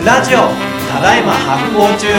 ラジオただいま発行中。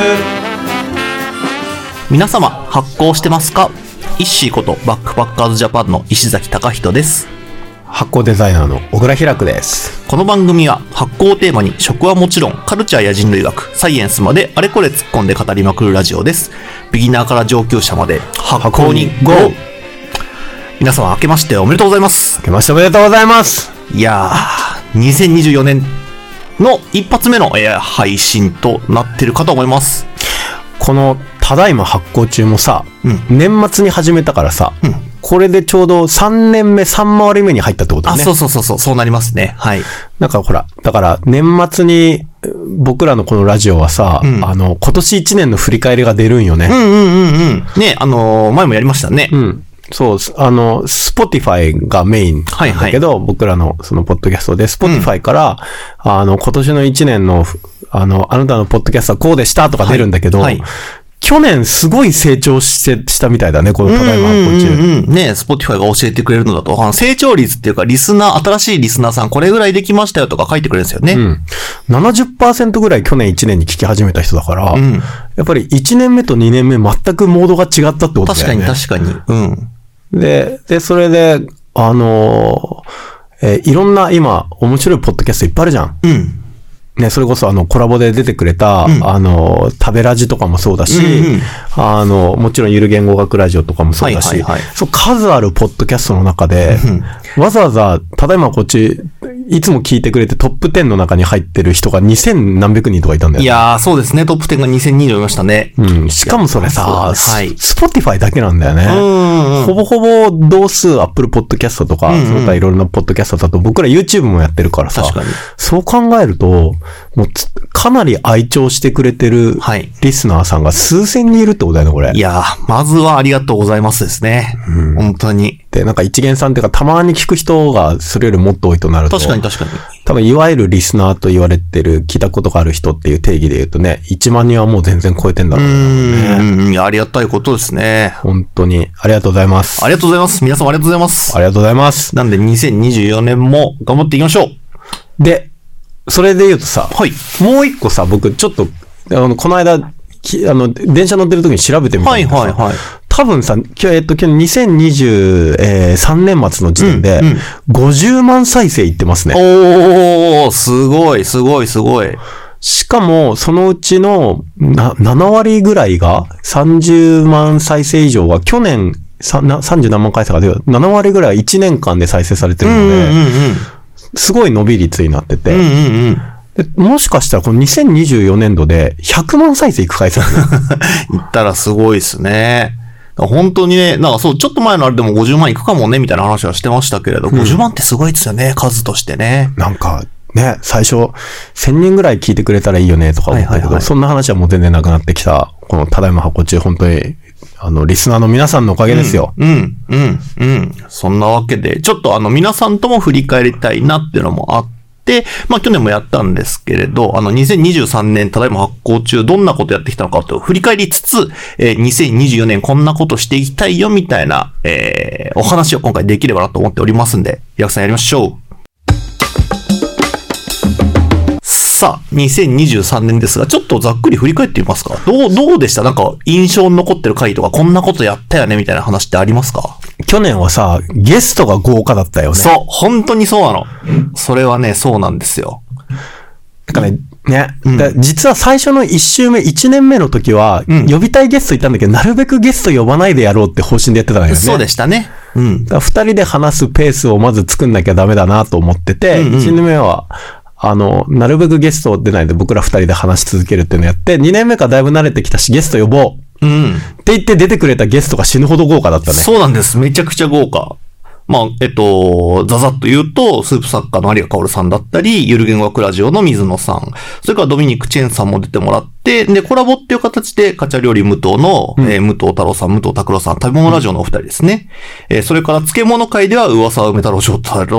皆様発行してますか？イッシーことバックパッカーズジャパンの石崎貴人です。 発行デザイナーの小倉開です。 この番組は発行をテーマに食はもちろんカルチャーや人類学、サイエンスまであれこれ突っ込んで語りまくるラジオです。ビギナーから上級者まで発行に GO！ 皆様明けましておめでとうございます。 明けましておめでとうございます。 いやー、2024年の一発目の配信となってるかと思います。 このただいま発行中もさ、年末に始めたからさ、これでちょうど3年目3回り目に入ったってことだね。 そうなりますね。はい。 なんかほら、だから年末に僕らのこのラジオはさ、今年1年の振り返りが出るんよね。 ね、前もやりましたね。 そう、Spotify がメインなんだけど、僕らのそのポッドキャストで、Spotify から、今年の1年の、あなたのポッドキャストはこうでしたとか出るんだけど、去年すごい成長したみたいだね、このただいま発行中。 ね、Spotify が教えてくれるのだと、成長率っていうか、新しいリスナーさんこれぐらいできましたよとか書いてくれるんですよね。 70% ぐらい去年1年に聞き始めた人だから、やっぱり1年目と2年目全くモードが違ったってことだよね。 確かに。 で、それで、いろんな今、面白いポッドキャストいっぱいあるじゃん。ね、それこそコラボで出てくれた、食べラジとかもそうだし、もちろんゆる言語学ラジオとかもそうだし、そう、数あるポッドキャストの中で、わざわざ、ただいまこっち、いつも聞いてくれてトップ10の中に入ってる人が2000何百人とかいたんだよね。 いやー、そうですね。トップ10が2000人いましたね。 しかもそれさ、Spotify だけなんだよね。ほぼほぼ同数 Apple Podcast とか、その他いろんなポッドキャストだと僕ら YouTube もやってるからさ、そう考えると、もうかなり愛聴してくれてるリスナーさんが数千人いるってことだよね、これ。 いやー、まずはありがとうございますですね。本当に。 で、なんか一元さんっていうか、たまに聞く人がそれよりもっと多いとなると。 確かに。 多分、いわゆるリスナーと言われてる、聞いたことがある人っていう定義で言うとね、1万人はもう全然超えてんだろうね。 いや、ありがたいことですね。 本当に。ありがとうございます。 ありがとうございます。皆様ありがとうございます。 ありがとうございます。 なんで、2024年も頑張っていきましょう。 で、それで言うとさ、もう一個さ、僕ちょっと、この間、電車乗ってる時に調べてみたんだけどさ、多分さ、去年2023年末の時点で、50万再生いってますね。 おー、すごい。 しかも、そのうちの7割ぐらいが、30万再生以上は、去年30何万回生が出る、7割ぐらいは1年間で再生されてるので、すごい伸び率になってて、でもしかしたらこの2024年度で100万再生いく回数いったらすごいですね。本当にね、なんかそう、ちょっと前のあれでも50万いくかもね、みたいな話はしてましたけれど、50万ってすごいですよね、数としてね。 なんか、ね、最初、1000人ぐらい聞いてくれたらいいよね、とか思ったけど、そんな話はもう全然なくなってきた、このただいま発行中、本当に、リスナーの皆さんのおかげですよ。 そんなわけで、ちょっと皆さんとも振り返りたいなっていうのもあって、去年もやったんですけれど、2023年ただいま発行中、どんなことやってきたのかと振り返りつつ、2024年こんなことしていきたいよみたいな、お話を今回できればなと思っておりますんで、ヤクさんやりましょう。さあ、2023年ですが、ちょっとざっくり振り返ってみますか。どうでした？なんか、印象に残ってる回とか、こんなことやったよねみたいな話ってありますか？ 去年はさ、ゲストが豪華だったよね。 そう、本当にそうなの。それはね、そうなんですよ。 だからね、実は最初の1週目、1年目の時は、呼びたいゲストいたんだけど、なるべくゲスト呼ばないでやろうって方針でやってたんだよね。 そうでしたね。 だから2人で話すペースをまず作んなきゃダメだなと思ってて、1年目は、なるべくゲストを出ないで僕ら2人で話し続けるっていうのをやって、2年目からだいぶ慣れてきたし、ゲスト呼ぼう。って言って出てくれたゲストが死ぬほど豪華だったね。 そうなんです。めちゃくちゃ豪華。ザザッと言うと、スープ作家の有賀薫さんだったり、ゆる言語学ラジオの水野さん、それからドミニク・チェンさんも出てもらって、で、コラボっていう形で、カチャ料理無糖の、武藤太郎さん、武藤拓郎さん、食べ物ラジオのお二人ですね。それから漬物会では、噂は梅太郎商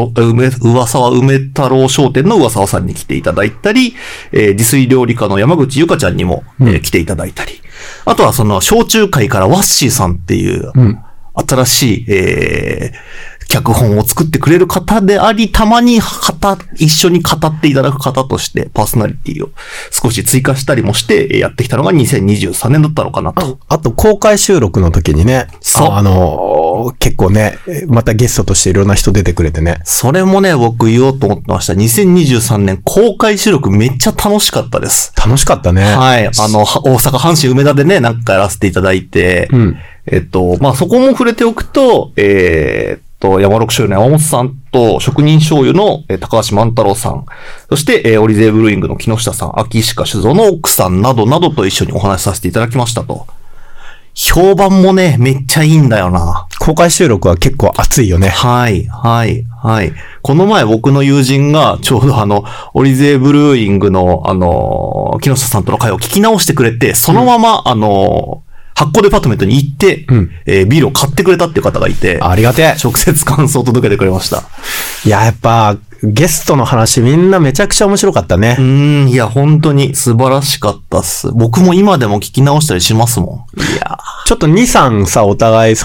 店の噂さんに来ていただいたり、自炊料理家の山口ゆかちゃんにも、来ていただいたり、あとはその、焼酎会からワッシーさんっていう、 新しい、脚本を作ってくれる方であり、たまに一緒に語っていただく方としてパーソナリティを少し追加したりもしてやってきたのが2023年だったのかなと。 あと公開収録の時にね、結構ね、またゲストとしていろんな人出てくれてね。 それもね、僕言おうと思ってました。2023年公開収録めっちゃ楽しかったです。 楽しかったね。 はい。大阪、阪神、梅田でね、なんかやらせていただいて、まあ、そこも触れておくと、山六醤油の山本さんと、職人醤油の高橋万太郎さん、そして、オリゼーブルーイングの木下さん、秋鹿酒造の奥さんなどなどと一緒にお話しさせていただきましたと。評判もね、めっちゃいいんだよな。 公開収録は結構熱いよね。 はい。この前僕の友人がちょうどオリゼーブルーイングの木下さんとの会を聞き直してくれて、そのまま、発酵デパートメントに行って、ビールを買ってくれたっていう方がいて、 ありがてえ。 直接感想を届けてくれました。 いや、やっぱ、ゲストの話みんなめちゃくちゃ面白かったね。 いや、本当に素晴らしかったっす。僕も今でも聞き直したりしますもん。いや。 ちょっと2、3さ、お互い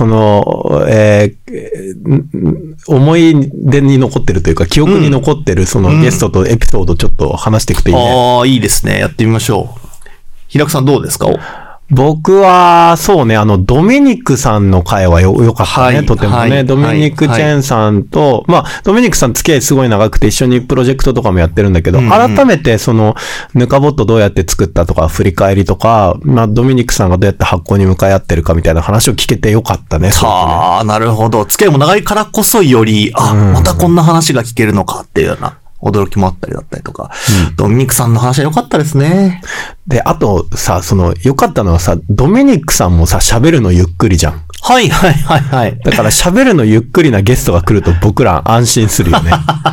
思い出に残ってるというか、記憶に残ってるゲストとエピソードちょっと話していくといいね。 ああ、いいですね。やってみましょう。平久さんどうですか？ 僕は、そうね、ドミニクさんの回は良かったね、とてもね。ドミニク・チェンさんと、まあ、ドミニクさん付き合いすごい長くて一緒にプロジェクトとかもやってるんだけど、改めてぬかぼっとどうやって作ったとか、振り返りとか、まあ、ドミニクさんがどうやって発酵に向かい合ってるかみたいな話を聞けて良かったね。 はあ、なるほど。付き合いも長いからこそより、またこんな話が聞けるのかっていうような。驚きもあったりだったりとか、ドミニクさんの話は良かったですね。 で、あとさ、良かったのはさ、ドミニクさんもさ、喋るのゆっくりじゃん。 はい。だから喋るのゆっくりなゲストが来ると僕ら安心するよね。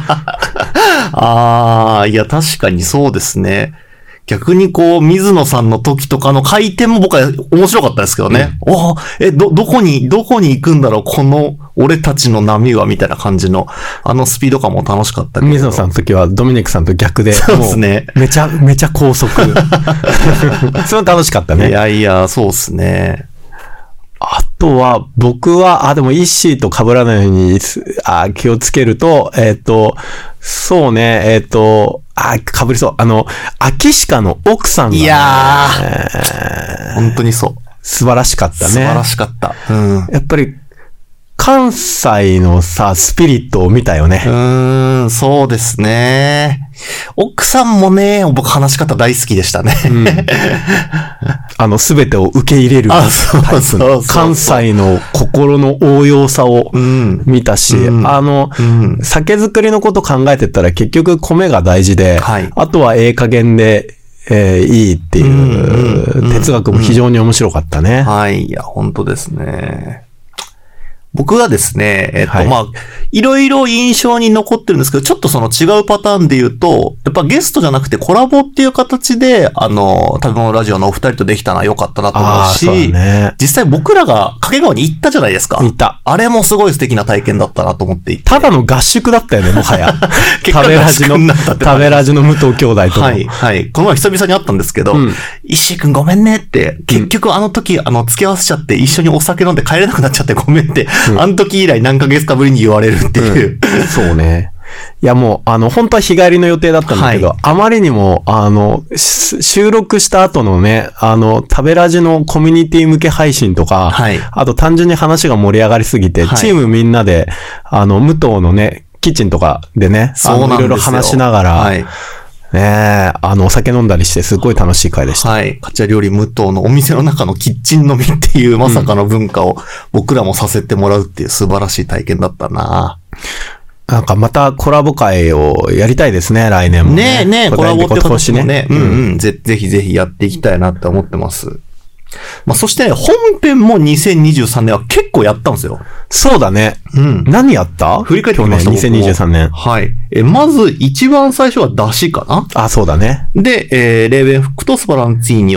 いや、確かにそうですね。逆に水野さんの時とかの回転も僕は面白かったですけどね。どこに行くんだろうこの俺たちの波はみたいな感じの、スピード感も楽しかったけど。 水野さんの時はドミニクさんと逆で。 そうですね。 めちゃ高速。それ楽しかったね。 いや、そうですね。 あとは、僕は、でも、イッシーと被らないように、気をつけると、そうね、被りそう。秋鹿の奥さんが、ね。いやー。本当にそう。 素晴らしかったね。 素晴らしかった。 やっぱり、関西のさ、スピリットを見たよね。 そうですね。奥さんもね、僕話し方大好きでしたね。 すべてを受け入れるタイプの関西の心の応用さを見たし、酒造りのこと考えてたら結局米が大事で、あとは加減で、いいっていう哲学も非常に面白かったね。 いや、本当ですね。僕はですね、まあ、いろいろ印象に残ってるんですけど、ちょっと違うパターンで言うと、やっぱゲストじゃなくてコラボっていう形で、食べ物ラジオのお二人とできたのは良かったなと思うし、実際僕らが掛川に行ったじゃないですか。 行った。 あれもすごい素敵な体験だったなと思っていて。 ただの合宿だったよね、もはや。食べラジの武藤兄弟と。 この前久々に会ったんですけど、石井くんごめんねって、結局あの時、付き合わせちゃって一緒にお酒飲んで帰れなくなっちゃってごめんって、あの時以来何ヶ月かぶりに言われるっていう。 そうね。いやもう、本当は日帰りの予定だったんだけど、あまりにも、収録した後のね、食べラジのコミュニティ向け配信とか、あと単純に話が盛り上がりすぎて、チームみんなで、武藤のね、キッチンとかでね、いろいろ話しながら、ねお酒飲んだりしてすごい楽しい会でした。 カチャ料理武藤のお店の中のキッチン飲みっていうまさかの文化を僕らもさせてもらうっていう素晴らしい体験だったな。 なんかまたコラボ会をやりたいですね、来年もね。 コラボって形もね。ぜひぜひやっていきたいなって思ってます。まあ、そしてね、本編も2023年は結構やったんですよ。 そうだね。何やった？ 振り返ってみました。 去年2023年。 まず一番最初は出汁かな？ そうだね。 で、レーベンフックとスパランツィーニをやっ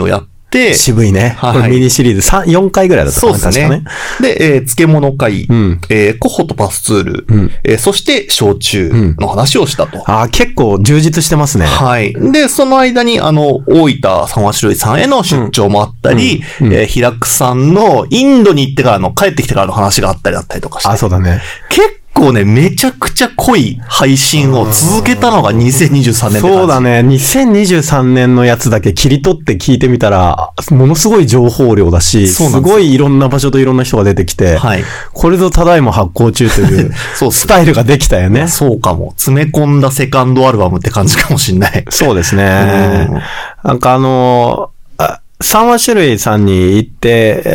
渋いね。 はいこれミニシリーズ4回ぐらいだったかな。 そうですね。で、漬物会、コッホとパスツール、そして焼酎の話をしたと。 結構充実してますね。 はい。で、その間に、大分三和種類さんへの出張もあったり、平久さんのインドに行ってからの、帰ってきてからの話があったりだったりとかして。 そうだね。 結構ね、めちゃくちゃ濃い配信を続けたのが2023年って感じ。 そうだね。2023年のやつだけ切り取って聞いてみたら、ものすごい情報量だし、すごいいろんな場所といろんな人が出てきて、はい、これぞただいま発行中というスタイルができたよね。 そうかも。詰め込んだセカンドアルバムって感じかもしんない。 そうですね。なんか三和種類さんに行って、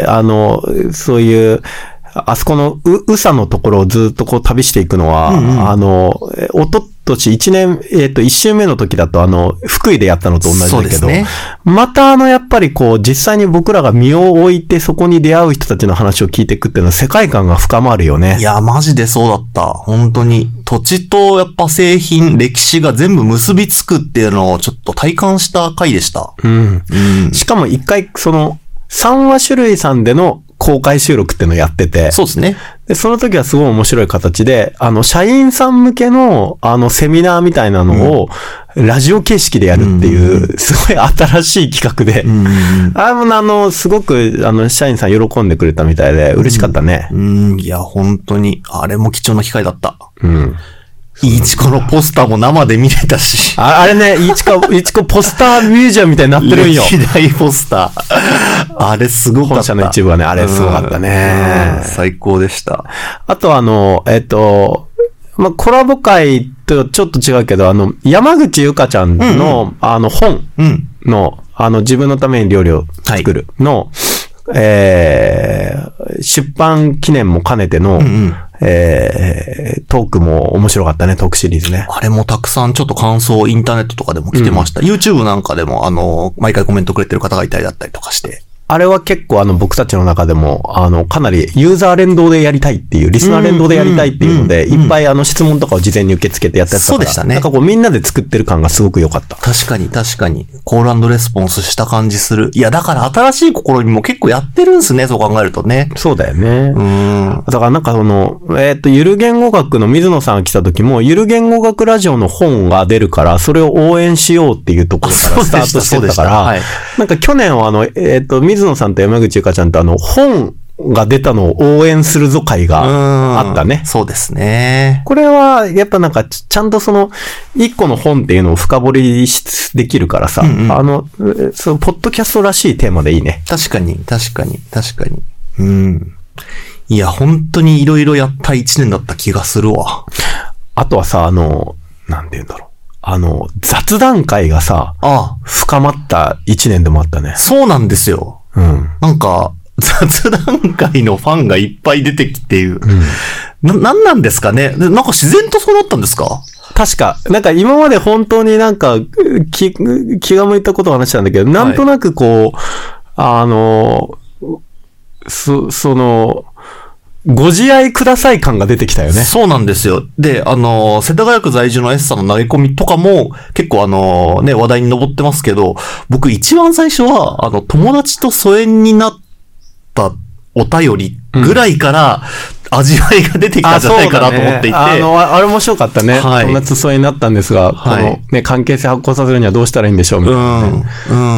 そういう、あそこの宇佐のところをずっとこう旅していくのは、おととし1週目の時だと福井でやったのと同じだけど、ね、またやっぱりこう実際に僕らが身を置いてそこに出会う人たちの話を聞いていくっていうのは世界観が深まるよね。 いや、マジでそうだった。本当に。土地とやっぱ製品、歴史が全部結びつくっていうのをちょっと体感した回でした。 しかも一回三和種類さんでの公開収録っていうのをやってて。 そうですね。 で、その時はすごい面白い形で、社員さん向けの、セミナーみたいなのを、ラジオ形式でやるっていう、すごい新しい企画で、すごく、社員さん喜んでくれたみたいで、嬉しかったね。 いや、本当に、あれも貴重な機会だった。イチコのポスターも生で見れたし。 あれね、イチコポスターミュージアムみたいになってるんよ。 歴代ポスター。あれすごかった。 本社の一部はね、あれすごかったね。 最高でした。 あとコラボ会とちょっと違うけど、山口ゆかちゃんの、本の、自分のために料理を作るの、出版記念も兼ねての、トークも面白かったね、トークシリーズね。 あれもたくさんちょっと感想インターネットとかでも来てました。YouTube なんかでも毎回コメントくれてる方がいたりだったりとかして。 あれは結構僕たちの中でも、かなりユーザー連動でやりたいっていう、リスナー連動でやりたいっていうので、いっぱい質問とかを事前に受け付けてやったやつだから。 そうでしたね。 なんかこうみんなで作ってる感がすごく良かった。 確かに。コール&レスポンスした感じする。いや、だから新しい試みも結構やってるんすね、そう考えるとね。 そうだよね。だからなんかゆる言語学の水野さんが来た時も、ゆる言語学ラジオの本が出るから、それを応援しようっていうところからスタートしてたから、なんか去年は水野さんと山口ゆかちゃんと本が出たのを応援するぞ会があったね。 そうですね。 これは、やっぱなんか、ちゃんと一個の本っていうのを深掘りできるからさ、ポッドキャストらしいテーマでいいね。 確かに。いや、本当にいろいろやった一年だった気がするわ。 あとはさ、なんて言うんだろう。雑談会がさ、深まった一年でもあったね。 そうなんですよ。なんか、雑談会のファンがいっぱい出てきていう。なんなんですかね。なんか自然とそうなったんですか？ 確か。なんか今まで本当になんか気が向いたことを話したんだけど、なんとなくこう、ご自愛ください感が出てきたよね。 そうなんですよ。で、世田谷区在住の S さんの投げ込みとかも結構話題に上ってますけど、僕一番最初は、友達と疎遠になったお便りぐらいから、味わいが出てきたんじゃないかなと思っていて。 あれ面白かったね。友達と疎遠になったんですが、このね、関係性発行させるにはどうしたらいいんでしょうみたいな、ね。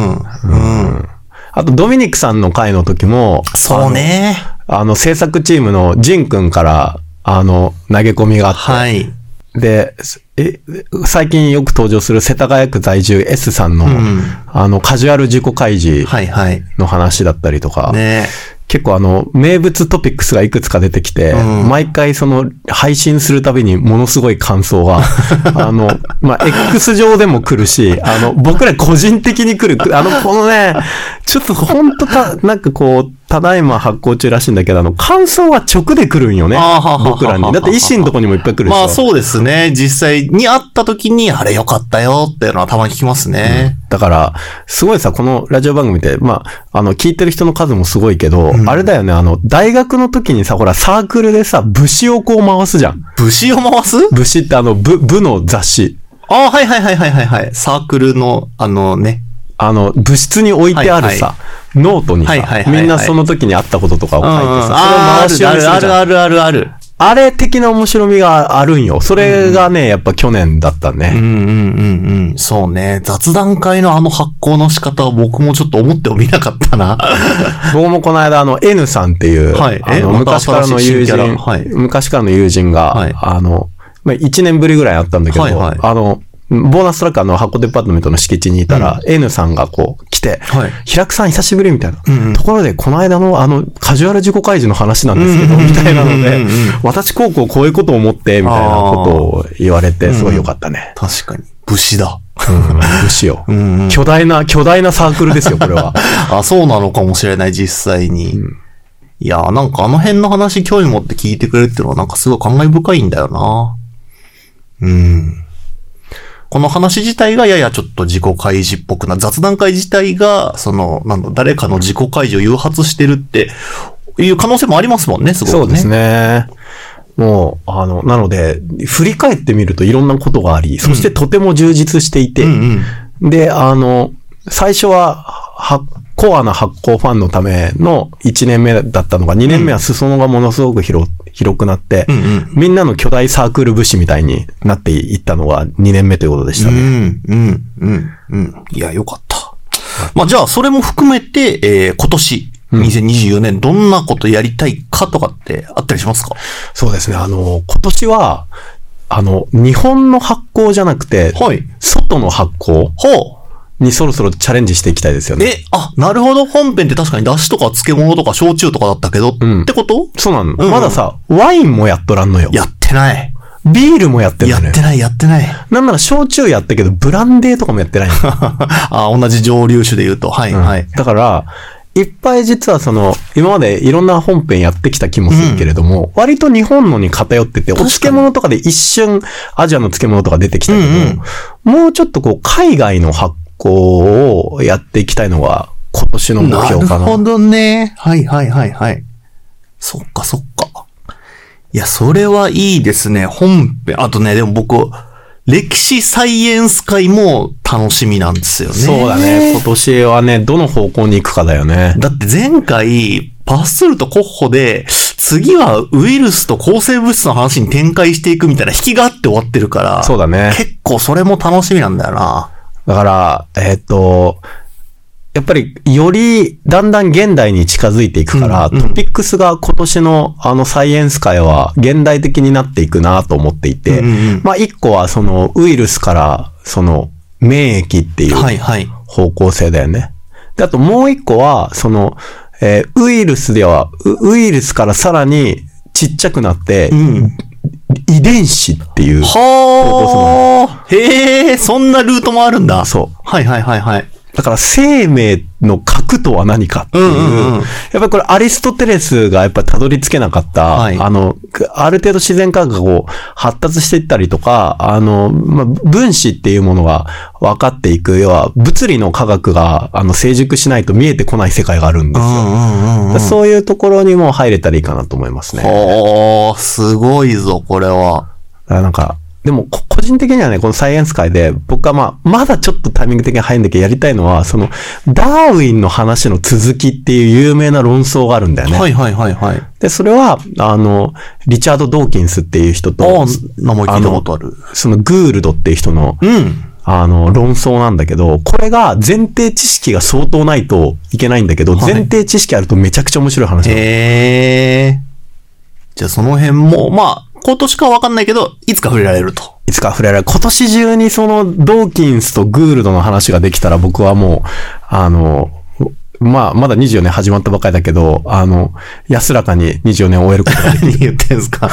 あと、ドミニクさんの回の時も、 そうね。 制作チームのジン君から、投げ込みがあって。で、最近よく登場する世田谷区在住 S さんの、カジュアル自己開示の話だったりとか、結構名物トピックスがいくつか出てきて、毎回配信するたびにものすごい感想が、X 上でも来るし、僕ら個人的に来る、このね、ちょっとほんとなんかこう、ただいま発行中らしいんだけど、感想は直で来るんよね。僕らに。だって維新のとこにもいっぱい来るし。 まあそうですね。実際に会った時に、あれよかったよっていうのはたまに聞きますね。 だから、すごいさ、このラジオ番組って、聞いてる人の数もすごいけど、あれだよね、大学の時にさ、ほら、サークルでさ、武士をこう回すじゃん。 武士を回す？ 武士って部の雑誌。 はい。サークルの、 部室に置いてあるさ、ノートにさ、みんなその時にあったこととかを書いてさ、それを回し読みするじゃん。 ある。 あれ的な面白みがあるんよ。それがね、やっぱ去年だったね。 そうね。雑談会の発行の仕方は僕もちょっと思ってもみなかったな。 僕もこの間N さんっていう、昔からの友人が、1年ぶりぐらいあったんだけど、ボーナストラック発行デパートメントの敷地にいたら、N さんがこう来て、平久さん久しぶりみたいな。ところで、この間のカジュアル自己開示の話なんですけど、みたいなので、私こういうことを思って、みたいなことを言われて、すごい良かったね。 確かに。武士だ。 武士よ。巨大なサークルですよ、これは。 そうなのかもしれない、実際に。いや、なんか辺の話興味持って聞いてくれるっていうのはなんかすごい感慨深いんだよな。この話自体がややちょっと自己開示っぽくな、雑談会自体が、誰かの自己開示を誘発してるっていう可能性もありますもんね、すごくね。 そうですね。もう、なので、振り返ってみるといろんなことがあり、そしてとても充実していて、で、最初は、コアな発行ファンのための1年目だったのが、2年目は裾野がものすごく広くなって、みんなの巨大サークル武士みたいになっていったのが2年目ということでしたね。 いや、よかった。じゃあ、それも含めて、今年、2024年、どんなことやりたいかとかってあったりしますか？ そうですね。今年は、日本の発行じゃなくて、外の発行。にそろそろチャレンジしていきたいですよね。 なるほど。本編って確かに出汁とか漬物とか焼酎とかだったけど、ってこと？ そうなの。まださ、ワインもやっとらんのよ。 やってない。 ビールもやってない。 やってない。 なんなら焼酎やったけど、ブランデーとかもやってないの。同じ蒸留酒で言うと。 だから、いっぱい実は今までいろんな本編やってきた気もするけれども、割と日本のに偏ってて、お漬物とかで一瞬アジアの漬物とか出てきたけど、もうちょっと海外の発行をやっていきたいのが今年の目標かな。 なるほどね。そっか。いや、それはいいですね。本編。あとね、でも僕、歴史サイエンス会も楽しみなんですよね。 そうだね。今年はね、どの方向に行くかだよね。 だって前回、パスツルとコッホで、次はウイルスと抗生物質の話に展開していくみたいな引きがあって終わってるから。 そうだね。 結構それも楽しみなんだよな。 だから、やっぱり、より、だんだん現代に近づいていくから、トピックスが今年のサイエンス界は現代的になっていくなと思っていて、一個はウイルスから、免疫っていう方向性だよね。で、あともう一個は、ウイルスからさらにちっちゃくなって、遺伝子っていう。 そんなルートもあるんだ。 そう。だから生命の核とは何かっていう、やっぱりこれアリストテレスがやっぱりたどり着けなかった、ある程度自然科学がこう発達していったりとか、分子っていうものが分かっていく、要は物理の科学が成熟しないと見えてこない世界があるんですよ。そういうところにも入れたらいいかなと思いますね。 すごいぞ、これは。 なんか、でも、個人的にはね、このサイエンス界で、僕はまだちょっとタイミング的に入んなきゃやりたいのは、ダーウィンの話の続きっていう有名な論争があるんだよね。で、それは、リチャード・ドーキンスっていう人と、 名前聞いたことある。 グールドっていう人の、論争なんだけど、これが前提知識が相当ないといけないんだけど、前提知識あるとめちゃくちゃ面白い話なの。 じゃあその辺も、今年かわかんないけど、いつか触れられると。 今年中にドーキンスとグールドの話ができたら僕はもう、まだ24年始まったばかりだけど、安らかに24年終えることができる。 何言ってんすか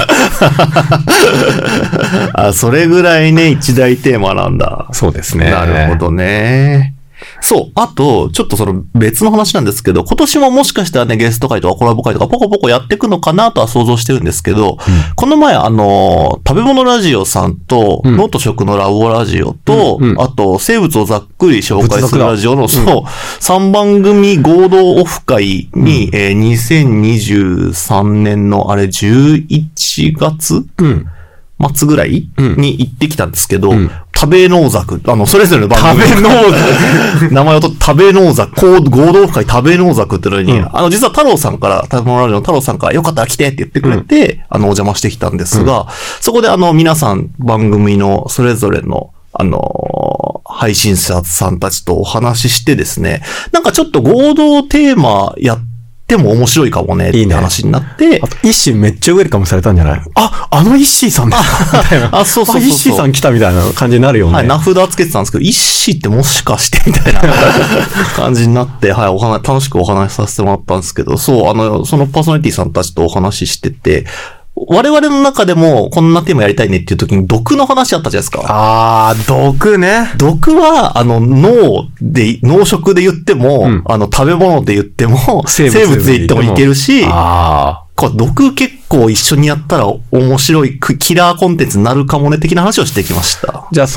それぐらいね、一大テーマなんだ。 そうですね。 なるほどね。そう。あと、ちょっと別の話なんですけど、今年ももしかしたらね、ゲスト会とかコラボ会とかポコポコやっていくのかなとは想像してるんですけど、この前食べ物ラジオさんと、ノート食のラボラジオと、あと、生物をざっくり紹介するラジオの、3番組合同オフ会に、2023年の11月末ぐらいに行ってきたんですけど、 食べ農作、それぞれの番組。 食べ農作名前をとって食べ農作、合同会食べ農作ってのに、実は太郎さんから、食べ物ラジオの太郎さんからよかったら来てって言ってくれて、お邪魔してきたんですが、そこで皆さん番組のそれぞれの、配信者さんたちとお話ししてですね、なんかちょっと合同テーマやっても面白いかもねって話になって。 あと、イッシーめっちゃウェルカムされたんじゃない？あのイッシーさんだみたいな。 そう。 イッシーさん来たみたいな感じになるよね。 はい、名札つけてたんですけど、イッシーってもしかしてみたいな感じになって、はい、楽しくお話しさせてもらったんですけど、そう、そのパーソナリティさんたちとお話ししてて、我々の中でもこんなテーマやりたいねっていう時に毒の話あったじゃないですか。 毒ね。 毒は、農食で言っても、食べ物で言っても、生物で言ってもいけるし、これ毒結構一緒にやったら面白いキラーコンテンツになるかもね的な話をしてきました。 じゃあ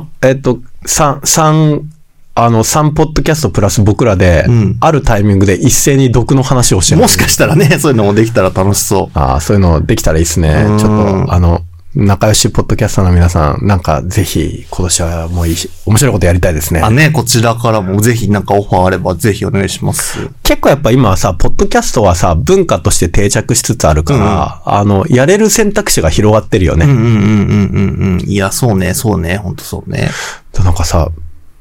3ポッドキャストプラス僕らで、あるタイミングで一斉に毒の話をしてもしかしたらね、そういうのもできたら楽しそう。 そういうのできたらいいですね。ちょっと、仲良しポッドキャスターの皆さん、なんかぜひ、今年はもう面白いことやりたいですね。 こちらからもぜひなんかオファーあればぜひお願いします。 結構やっぱ今はさ、ポッドキャストはさ、文化として定着しつつあるから、やれる選択肢が広がってるよね。 いや、そうね、ほんとそうね。 なんかさ、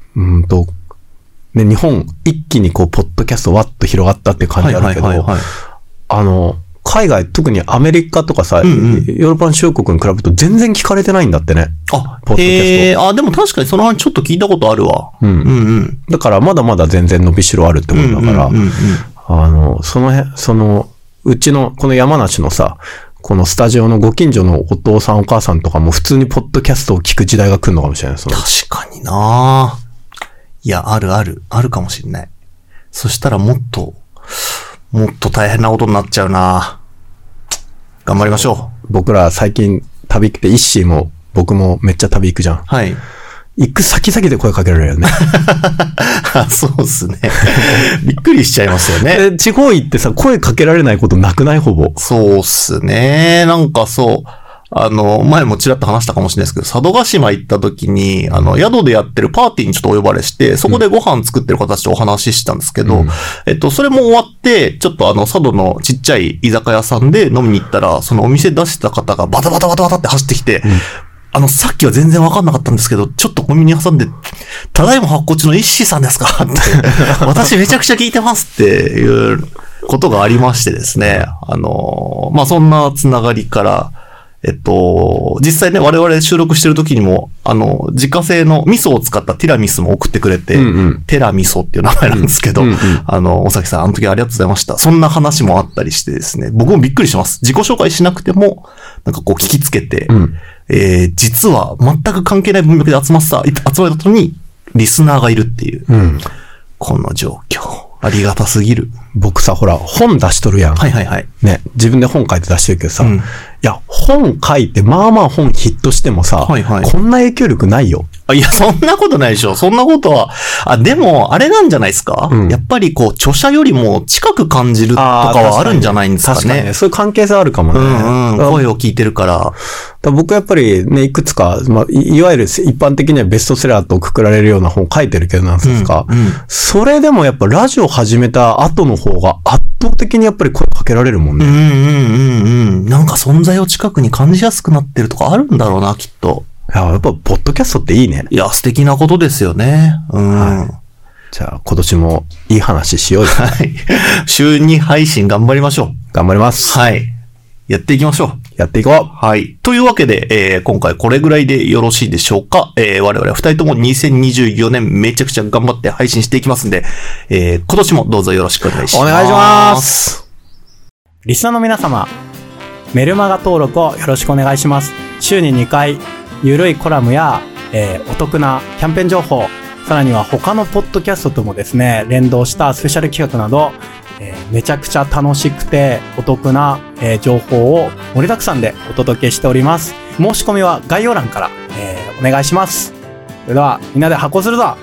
ね、日本一気にポッドキャストわっと広がったっていう感じあるけど、海外、特にアメリカとかさ、ヨーロッパの主要国に比べると全然聞かれてないんだってね。 ポッドキャスト。でも確かにその話ちょっと聞いたことあるわ。 だからまだまだ全然伸びしろあるってことだから、うちの、この山梨のさ、このスタジオのご近所のお父さんお母さんとかも普通にポッドキャストを聞く時代が来るのかもしれない。 確かにないや、あるかもしれない。そしたらもっと大変なことになっちゃうな。頑張りましょう。僕ら最近旅行って、イッシーも僕もめっちゃ旅行くじゃん。 はい。 行く先々で声かけられるよね。 そうっすね。びっくりしちゃいますよね。 地方行ってさ、声かけられないことなくない？ほぼ。 そうっすね。なんかそう。前もちらっと話したかもしれないですけど、佐渡島行った時に、宿でやってるパーティーにちょっとお呼ばれして、そこでご飯作ってる方たちとお話ししたんですけど、それも終わって、ちょっと佐渡のちっちゃい居酒屋さんで飲みに行ったら、そのお店出してた方がバタバタって走ってきて、さっきは全然わかんなかったんですけど、ちょっと小耳に挟んで、ただいま発行中のイッシーさんですかって、私めちゃくちゃ聞いてますっていうことがありましてですね。そんなつながりから、実際ね、我々収録してる時にも、自家製の味噌を使ったティラミスも送ってくれて、テラミソっていう名前なんですけど、おさきさん、あの時ありがとうございました。そんな話もあったりしてですね、僕もびっくりします。自己紹介しなくても、なんかこう聞きつけて、実は全く関係ない文脈で集まった後に、リスナーがいるっていう、この状況。ありがたすぎる。 僕さ、ほら、本出しとるやん。ね、自分で本書いて出してるけどさ、いや、本書いて、まあまあ本ヒットしてもさ、こんな影響力ないよ。 いや、そんなことないでしょ。そんなことは。でも、あれなんじゃないですか、やっぱりこう、著者よりも近く感じるとかはあるんじゃないんですかね。 確かにね。そういう関係性あるかもね。 声を聞いてるから。 僕はやっぱりね、いくつか、いわゆる一般的にはベストセラーとくくられるような本書いてるけどなんですか、それでもやっぱラジオ始めた後の方が圧倒的にやっぱり声かけられるもんね。 なんか存在を近くに感じやすくなってるとかあるんだろうな、きっと。 やっぱ、ポッドキャストっていいね。 いや、素敵なことですよね。 じゃあ、今年もいい話しようよ。 週2配信頑張りましょう。 頑張ります。 やっていきましょう。 やっていこう。 というわけで、今回これぐらいでよろしいでしょうか。我々2人とも2024年めちゃくちゃ頑張って配信していきますんで、今年もどうぞよろしくお願いします。 お願いします。リスナーの皆様、メルマガ登録をよろしくお願いします。週に2回、ゆるいコラムや、お得なキャンペーン情報、さらには他のポッドキャストともですね、連動したスペシャル企画など、めちゃくちゃ楽しくてお得な、情報を盛りだくさんでお届けしております。申し込みは概要欄から、お願いします。それではみんなで発行するぞ。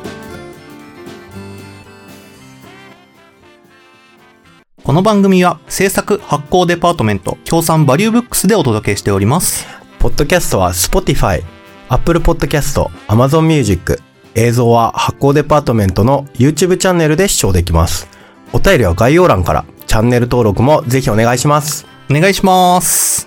この番組は制作発行デパートメント協賛バリューブックスでお届けしております。 ポッドキャストは Spotify、 Apple Podcast、Amazon Music、映像は発行デパートメントの YouTube チャンネルで視聴できます。お便りは概要欄から、チャンネル登録もぜひお願いします。 お願いします。